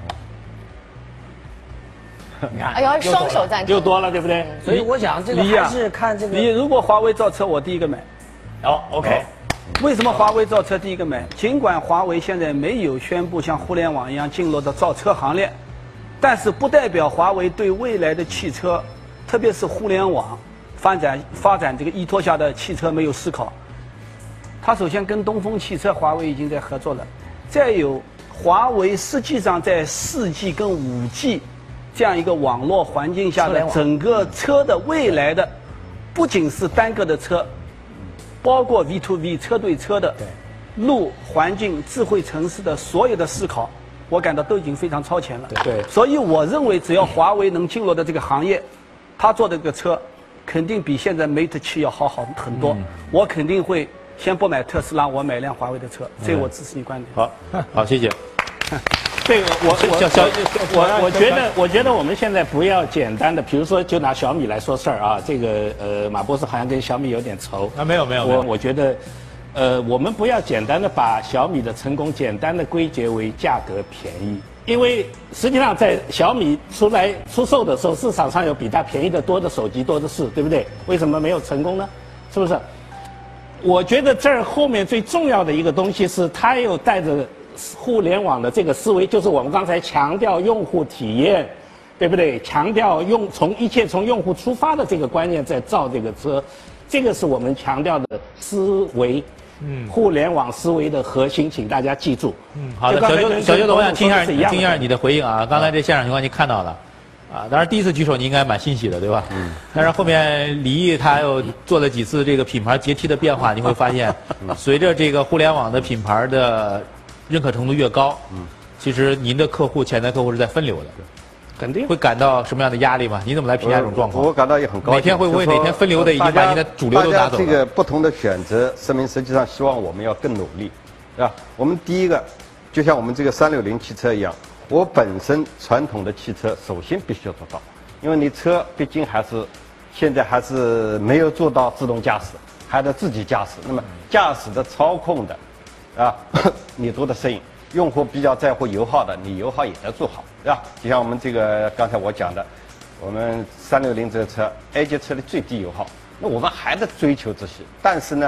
E: 你看，
F: 哎呦，双手赞成，
D: 又多了，对不对？
E: 所以我想这个还是看这个。
C: 你如果华为造车，我第一个买。
E: 哦 ，OK。
C: 为什么华为造车第一个买？尽管华为现在没有宣布像互联网一样进入到造车行列，但是不代表华为对未来的汽车，特别是互联网发展发展这个依托下的汽车没有思考。它首先跟东风汽车、华为已经在合作了，再有华为实际上在四 G 跟五 G 这样一个网络环境下的整个车的未来的，不仅是单个的车。包括 V to V 车对车的路环境、智慧城市的所有的思考，我感到都已经非常超前了。
G: 对，
C: 所以我认为只要华为能进入到这个行业，他做的这个车肯定比现在 Mate 七要好好很多。嗯、我肯定会先不买特斯拉，我买辆华为的车，这个我支持你观点。
G: 好，好，谢谢。
D: 这个我我小小我我觉得我觉得我们现在不要简单的，比如说就拿小米来说事儿啊，这个呃马博士好像跟小米有点仇
H: 啊，没有没有，
D: 我我觉得，呃我们不要简单的把小米的成功简单的归结为价格便宜，因为实际上在小米出来出售的时候，市场上有比它便宜的多的手机多的是，对不对？为什么没有成功呢？是不是？我觉得这儿后面最重要的一个东西是，它又带着互联网的这个思维，就是我们刚才强调用户体验，对不对？强调用从一切从用户出发的这个观念在造这个车，这个是我们强调的思维，嗯，互联网思维的核心，请大家记住。
G: 嗯，好的，小舅，小舅总，我想听一下听一下你的回应啊。刚才这现场情况你看到了。啊，当然第一次举手你应该蛮欣喜的，对吧？嗯。但是后面李毅他又做了几次这个品牌阶梯的变化，你会发现，随着这个互联网的品牌的认可程度越高，嗯，其实您的客户、潜在客户是在分流的，
D: 肯定
G: 会感到什么样的压力吗？你怎么来评价这种状况？
B: 我感到也很高兴。
G: 哪天会不会哪天分流的已经把您的主流都拿走了？
B: 这个不同的选择，说明实际上希望我们要更努力，是吧？我们第一个，就像我们这个三六零汽车一样。我本身传统的汽车首先必须要做到，因为你车毕竟还是现在还是没有做到自动驾驶，还得自己驾驶。那么驾驶的操控的，啊，你都得适应。用户比较在乎油耗的，你油耗也得做好，对吧？就像我们这个刚才我讲的，我们三六零这个车 A 级车的最低油耗，那我们还得追求这些。但是呢，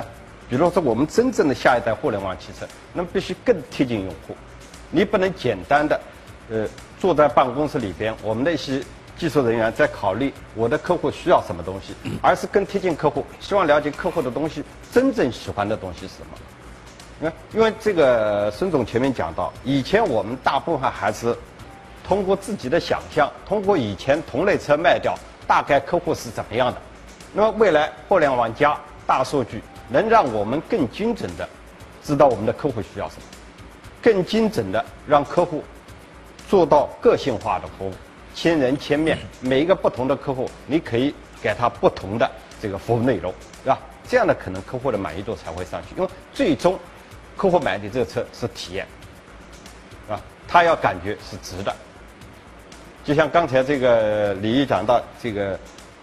B: 比如说我们真正的下一代互联网汽车，那么必须更贴近用户，你不能简单的，呃，坐在办公室里边，我们的一些技术人员在考虑我的客户需要什么东西，而是更贴近客户，希望了解客户的东西真正喜欢的东西是什么。因为因为这个孙总前面讲到，以前我们大部分还是通过自己的想象，通过以前同类车卖掉，大概客户是怎么样的。那么未来互联网加大数据能让我们更精准的知道我们的客户需要什么，更精准的让客户做到个性化的服务，千人千面，每一个不同的客户，你可以给他不同的这个服务内容，是吧？这样的可能客户的满意度才会上去，因为最终客户买的这个车是体验，啊，他要感觉是值的。就像刚才这个李毅讲到这个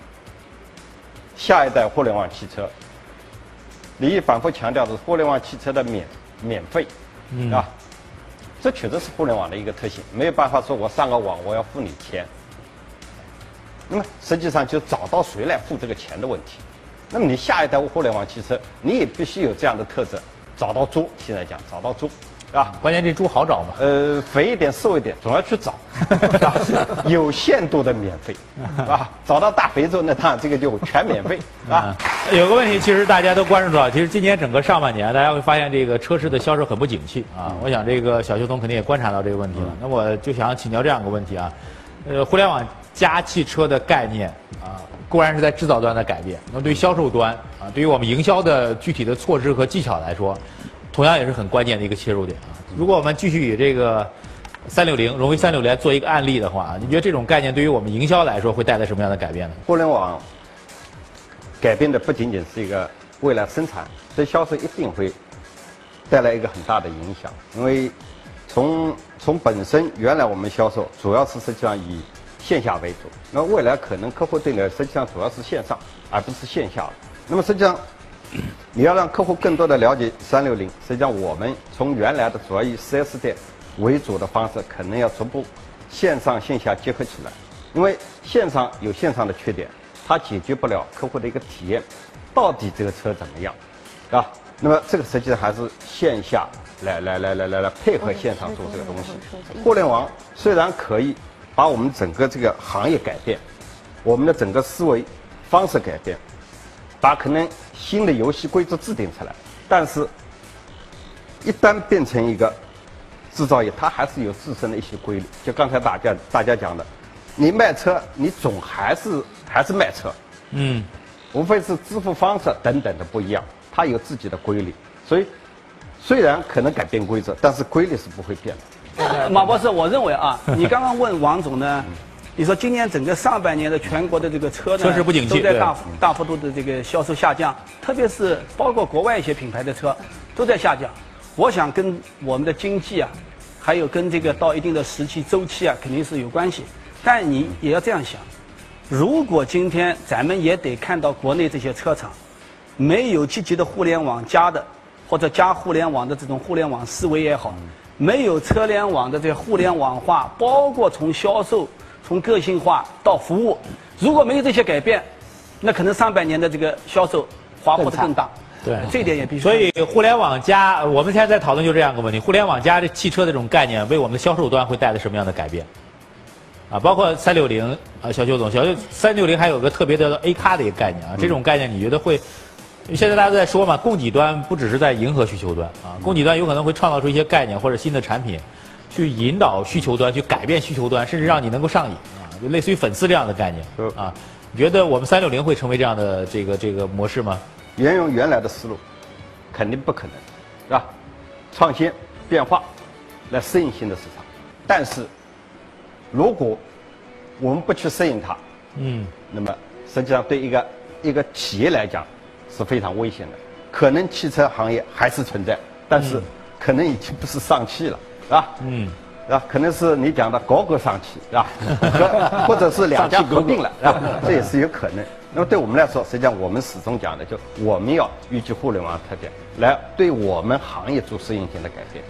B: 下一代互联网汽车，李毅反复强调的是互联网汽车的免免费，
H: 嗯、
B: 啊，这确实是互联网的一个特性，没有办法说我上个网我要付你钱。那么实际上就找到谁来付这个钱的问题。那么你下一代互联网汽车，你也必须有这样的特质，找到猪。现在讲找到猪，啊，
H: 关键这猪好找吗？
B: 呃，肥一点瘦一点，总要去找，有限度的免费，啊，找到大肥猪，那当然这个就全免费啊。
H: 有个问题，其实大家都关注到，其实今年整个上半年，大家会发现这个车市的销售很不景气啊。嗯、我想这个小修总肯定也观察到这个问题了。嗯、那我就想请教这样一个问题啊，呃，互联网加汽车的概念啊，固然是在制造端的改变，那对于销售端啊，对于我们营销的具体的措施和技巧来说，同样也是很关键的一个切入点啊。如果我们继续以这个三六零荣威三六零来做一个案例的话，你觉得这种概念对于我们营销来说会带来什么样的改变呢？
B: 互联网改变的不仅仅是一个未来生产，对销售一定会带来一个很大的影响。因为从从本身原来我们销售主要是实际上以线下为主，那未来可能客户对你实际上主要是线上，而不是线下。那么实际上你要让客户更多的了解三六零，实际上我们从原来的主要以 四 S 店为主的方式，可能要逐步线上线下结合起来。因为线上有线上的缺点，它解决不了客户的一个体验，到底这个车怎么样，啊？那么这个实际上还是线下来来来来来来配合线上做这个东西。互联网虽然可以把我们整个这个行业改变，我们的整个思维方式改变，把可能新的游戏规则制定出来，但是一旦变成一个制造业，它还是有自身的一些规律。就刚才大家大家讲的，你卖车，你总还是还是卖车，
H: 嗯，
B: 无非是支付方式等等的不一样，它有自己的规律。所以虽然可能改变规则，但是规律是不会变的。
C: 呃、马博士，我认为啊，你刚刚问王总呢，你说今年整个上半年的全国的这个车呢，
H: 车市不景气，
C: 都在大大幅度的这个销售下降，特别是包括国外一些品牌的车都在下降。我想跟我们的经济啊，还有跟这个到一定的时期周期啊，肯定是有关系。但你也要这样想，如果今天咱们也得看到国内这些车厂没有积极的互联网加的，或者加互联网的这种互联网思维也好，没有车联网的这个互联网化，包括从销售、从个性化到服务，如果没有这些改变，那可能上半年的这个销售滑坡的更大。
H: 对，
C: 这一点也必须。
H: 所以互联网加，我们现在在讨论就这样一个问题：互联网加这汽车的这种概念，为我们的销售端会带来什么样的改变？啊，包括三六零啊，小邱总，小邱三六零还有个特别的 A 咖的一个概念啊，这种概念你觉得会？现在大家都在说嘛，供给端不只是在迎合需求端啊，供给端有可能会创造出一些概念或者新的产品，去引导需求端，去改变需求端，甚至让你能够上瘾啊，就类似于粉丝这样的概念啊。你觉得我们三六零会成为这样的这个这个模式吗？
B: 沿用原来的思路，肯定不可能，是吧？创新变化来适应新的市场，但是如果我们不去适应它，
H: 嗯，
B: 那么实际上对一个一个企业来讲是非常危险的。可能汽车行业还是存在，但是可能已经不是上汽了，是吧？
H: 嗯，
B: 啊，可能是你讲的高歌上汽，是吧？或者是两家合并了，是吧？这也是有可能。那么对我们来说，实际上我们始终讲的就我们要依据互联网特点来对我们行业做适应性的改变。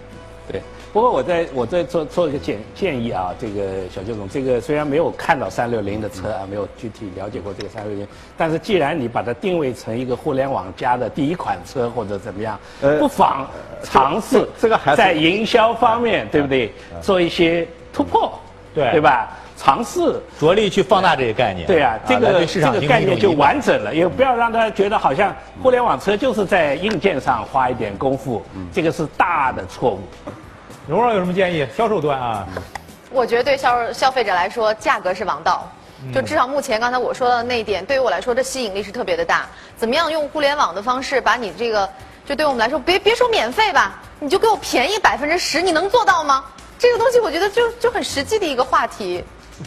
D: 对，不过我在我在做做一个建建议啊，这个小邱总，这个虽然没有看到三六零的车啊，没有具体了解过这个三六零，但是既然你把它定位成一个互联网加的第一款车或者怎么样，呃、不妨尝试
B: 这个还
D: 在营销方面，对不对？做一些突破，
H: 对
D: 对吧？尝试
H: 着力去放大这个概念。
D: 对啊，这个这个概念就完整了，也不要让他觉得好像互联网车就是在硬件上花一点功夫，这个是大的错误。
H: 蓉蓉有什么建议？销售端啊，
F: 我觉得对消消费者来说，价格是王道。就至少目前刚才我说的那一点，对于我来说，这吸引力是特别的大。怎么样用互联网的方式把你这个，就对我们来说，别别说免费吧，你就给我便宜百分之十，你能做到吗？这个东西我觉得就就很实际的一个话题。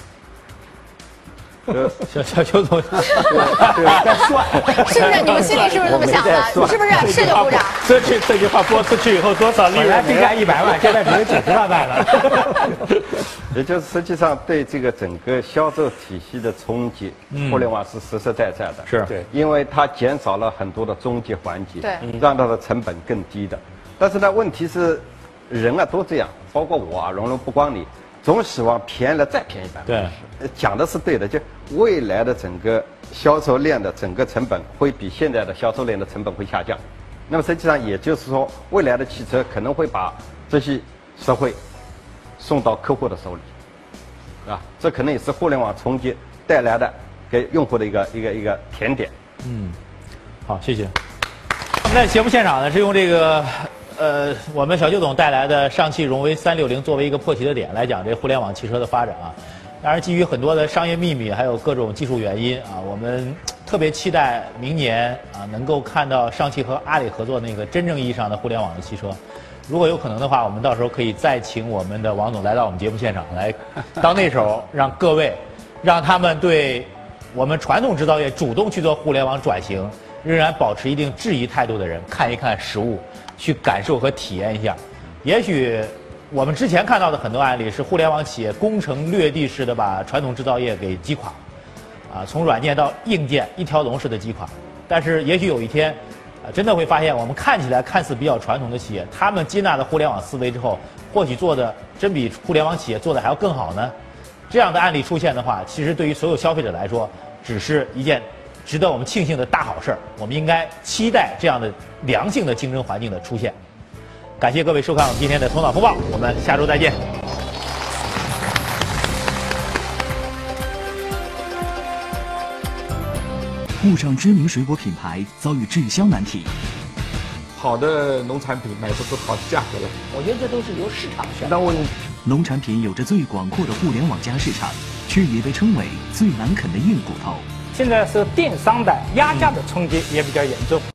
H: 小小邱总，
F: 在算，是不是？你们心里是不是这么想的？是不是？是就鼓掌。
D: 这句这句话播出去以后，多少利润？
H: 本来干一百万，现在只有九十万卖了。
B: 也就是实际上对这个整个销售体系的冲击，
H: 嗯、
B: 互联网是实实在在的。
H: 是
B: 对，因为它减少了很多的中介环节，
F: 对，
B: 让它的成本更低的。但是呢，问题是人啊都这样，包括我啊，蓉蓉不光你。总希望便宜了再便宜百分之十，讲的是对的。就未来的整个销售链的整个成本会比现在的销售链的成本会下降。那么实际上也就是说，未来的汽车可能会把这些实惠送到客户的手里，啊，这可能也是互联网冲击带来的给用户的一个一个一个甜点。
H: 嗯，好，谢谢。我们在节目现场呢是用这个。呃，我们小邱总带来的上汽荣威三六零作为一个破题的点来讲这互联网汽车的发展啊，当然基于很多的商业秘密还有各种技术原因啊，我们特别期待明年啊能够看到上汽和阿里合作那个真正意义上的互联网的汽车。如果有可能的话，我们到时候可以再请我们的王总来到我们节目现场来当那手，让各位让他们对我们传统制造业主动去做互联网转型，仍然保持一定质疑态度的人看一看实物。去感受和体验一下，也许我们之前看到的很多案例是互联网企业攻城略地式的把传统制造业给击垮，啊，从软件到硬件一条龙式的击垮。但是也许有一天，啊，真的会发现我们看起来看似比较传统的企业，他们接纳了互联网思维之后，或许做的真比互联网企业做的还要更好呢。这样的案例出现的话，其实对于所有消费者来说，只是一件值得我们庆幸的大好事儿，我们应该期待这样的良性的竞争环境的出现。感谢各位收看我们今天的《头脑风暴》，我们下周再见。
A: 沪上知名水果品牌遭遇滞销难题，
K: 好的农产品买不出好的价格来。
E: 我觉得这都是由市场选。
K: 那我
A: 农产品有着最广阔的互联网加市场，却也被称为最难啃的硬骨头。
H: 现在是电商的压价的冲击也比较严重。